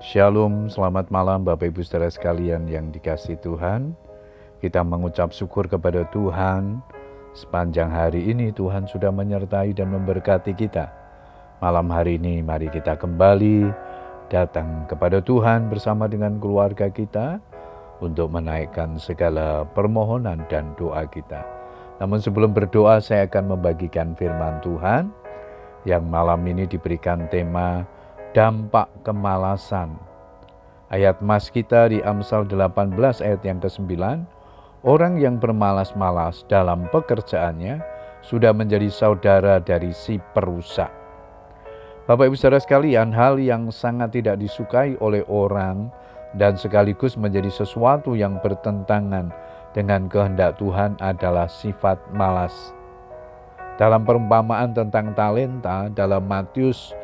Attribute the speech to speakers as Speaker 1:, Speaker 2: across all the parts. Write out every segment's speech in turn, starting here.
Speaker 1: Shalom, selamat malam Bapak Ibu saudara sekalian yang dikasihi Tuhan. Kita mengucap syukur kepada Tuhan. Sepanjang hari ini Tuhan sudah menyertai dan memberkati kita. Malam hari ini mari kita kembali datang kepada Tuhan bersama dengan keluarga kita untuk menaikkan segala permohonan dan doa kita. Namun sebelum berdoa saya akan membagikan firman Tuhan yang malam ini diberikan tema dampak kemalasan. Ayat mas kita di Amsal 18 ayat yang ke-9, orang yang bermalas-malas dalam pekerjaannya sudah menjadi saudara dari si perusak. Bapak Ibu saudara sekalian, hal yang sangat tidak disukai oleh orang dan sekaligus menjadi sesuatu yang bertentangan dengan kehendak Tuhan adalah sifat malas. Dalam perumpamaan tentang talenta dalam Matius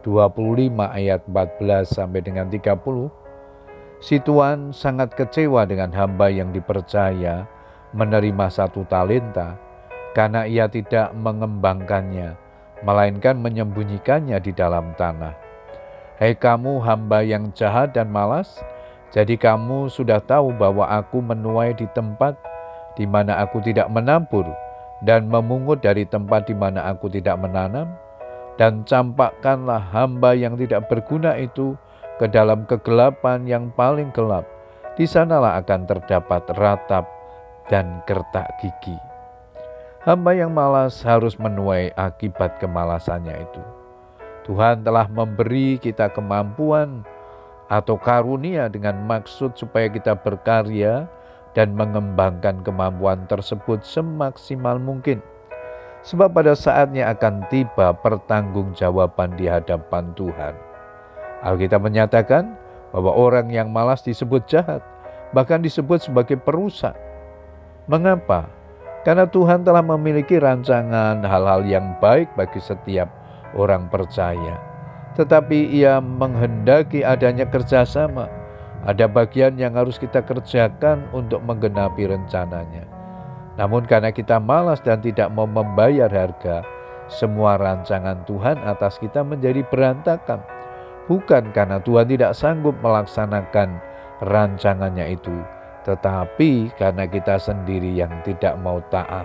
Speaker 1: 25 ayat 14 sampai dengan 30, si tuan sangat kecewa dengan hamba yang dipercaya menerima 1 talenta karena ia tidak mengembangkannya, melainkan menyembunyikannya di dalam tanah. Hai kamu hamba yang jahat dan malas, jadi kamu sudah tahu bahwa aku menuai di tempat di mana aku tidak menabur dan memungut dari tempat di mana aku tidak menanam. Dan campakkanlah hamba yang tidak berguna itu ke dalam kegelapan yang paling gelap. Di sanalah akan terdapat ratap dan gertak gigi. Hamba yang malas harus menuai akibat kemalasannya itu. Tuhan telah memberi kita kemampuan atau karunia dengan maksud supaya kita berkarya dan mengembangkan kemampuan tersebut semaksimal mungkin. Sebab pada saatnya akan tiba pertanggungjawaban di hadapan Tuhan. Alkitab menyatakan bahwa orang yang malas disebut jahat, bahkan disebut sebagai perusak. Mengapa? Karena Tuhan telah memiliki rancangan hal-hal yang baik bagi setiap orang percaya. Tetapi Ia menghendaki adanya kerjasama. Ada bagian yang harus kita kerjakan untuk menggenapi rencananya. Namun karena kita malas dan tidak mau membayar harga, semua rancangan Tuhan atas kita menjadi berantakan. Bukan karena Tuhan tidak sanggup melaksanakan rancangannya itu, tetapi karena kita sendiri yang tidak mau taat.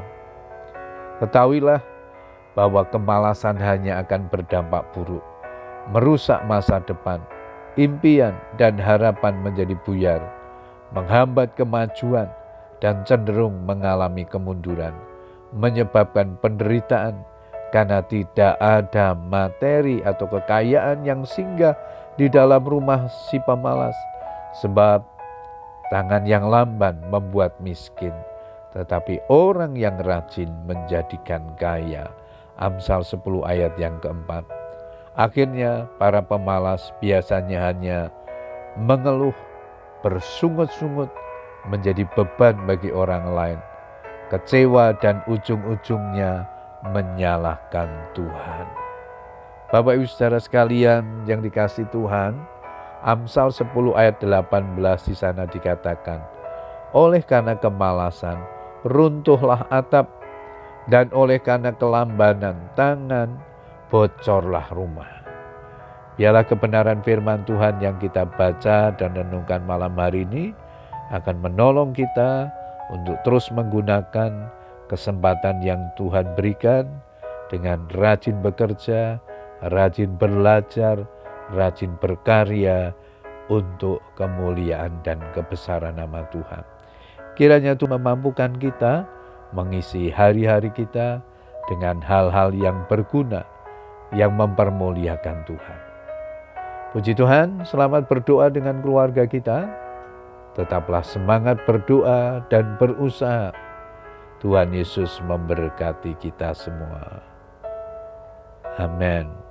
Speaker 1: Ketahuilah bahwa kemalasan hanya akan berdampak buruk, merusak masa depan, impian dan harapan menjadi buyar, menghambat kemajuan, dan cenderung mengalami kemunduran, menyebabkan penderitaan karena tidak ada materi atau kekayaan yang singgah di dalam rumah si pemalas. Sebab tangan yang lamban membuat miskin, tetapi orang yang rajin menjadikan kaya. Amsal 10 ayat yang keempat. Akhirnya para pemalas biasanya hanya mengeluh, bersungut-sungut, menjadi beban bagi orang lain, kecewa dan ujung-ujungnya menyalahkan Tuhan. Bapak Ibu saudara sekalian yang dikasihi Tuhan, Amsal 10 ayat 18 di sana dikatakan, oleh karena kemalasan runtuhlah atap, dan oleh karena kelambanan tangan bocorlah rumah. Biarlah kebenaran firman Tuhan yang kita baca dan renungkan malam hari ini akan menolong kita untuk terus menggunakan kesempatan yang Tuhan berikan dengan rajin bekerja, rajin belajar, rajin berkarya untuk kemuliaan dan kebesaran nama Tuhan. Kiranya Tuhan memampukan kita mengisi hari-hari kita dengan hal-hal yang berguna, yang mempermuliakan Tuhan. Puji Tuhan, selamat berdoa dengan keluarga kita. Tetaplah semangat berdoa dan berusaha. Tuhan Yesus memberkati kita semua. Amin.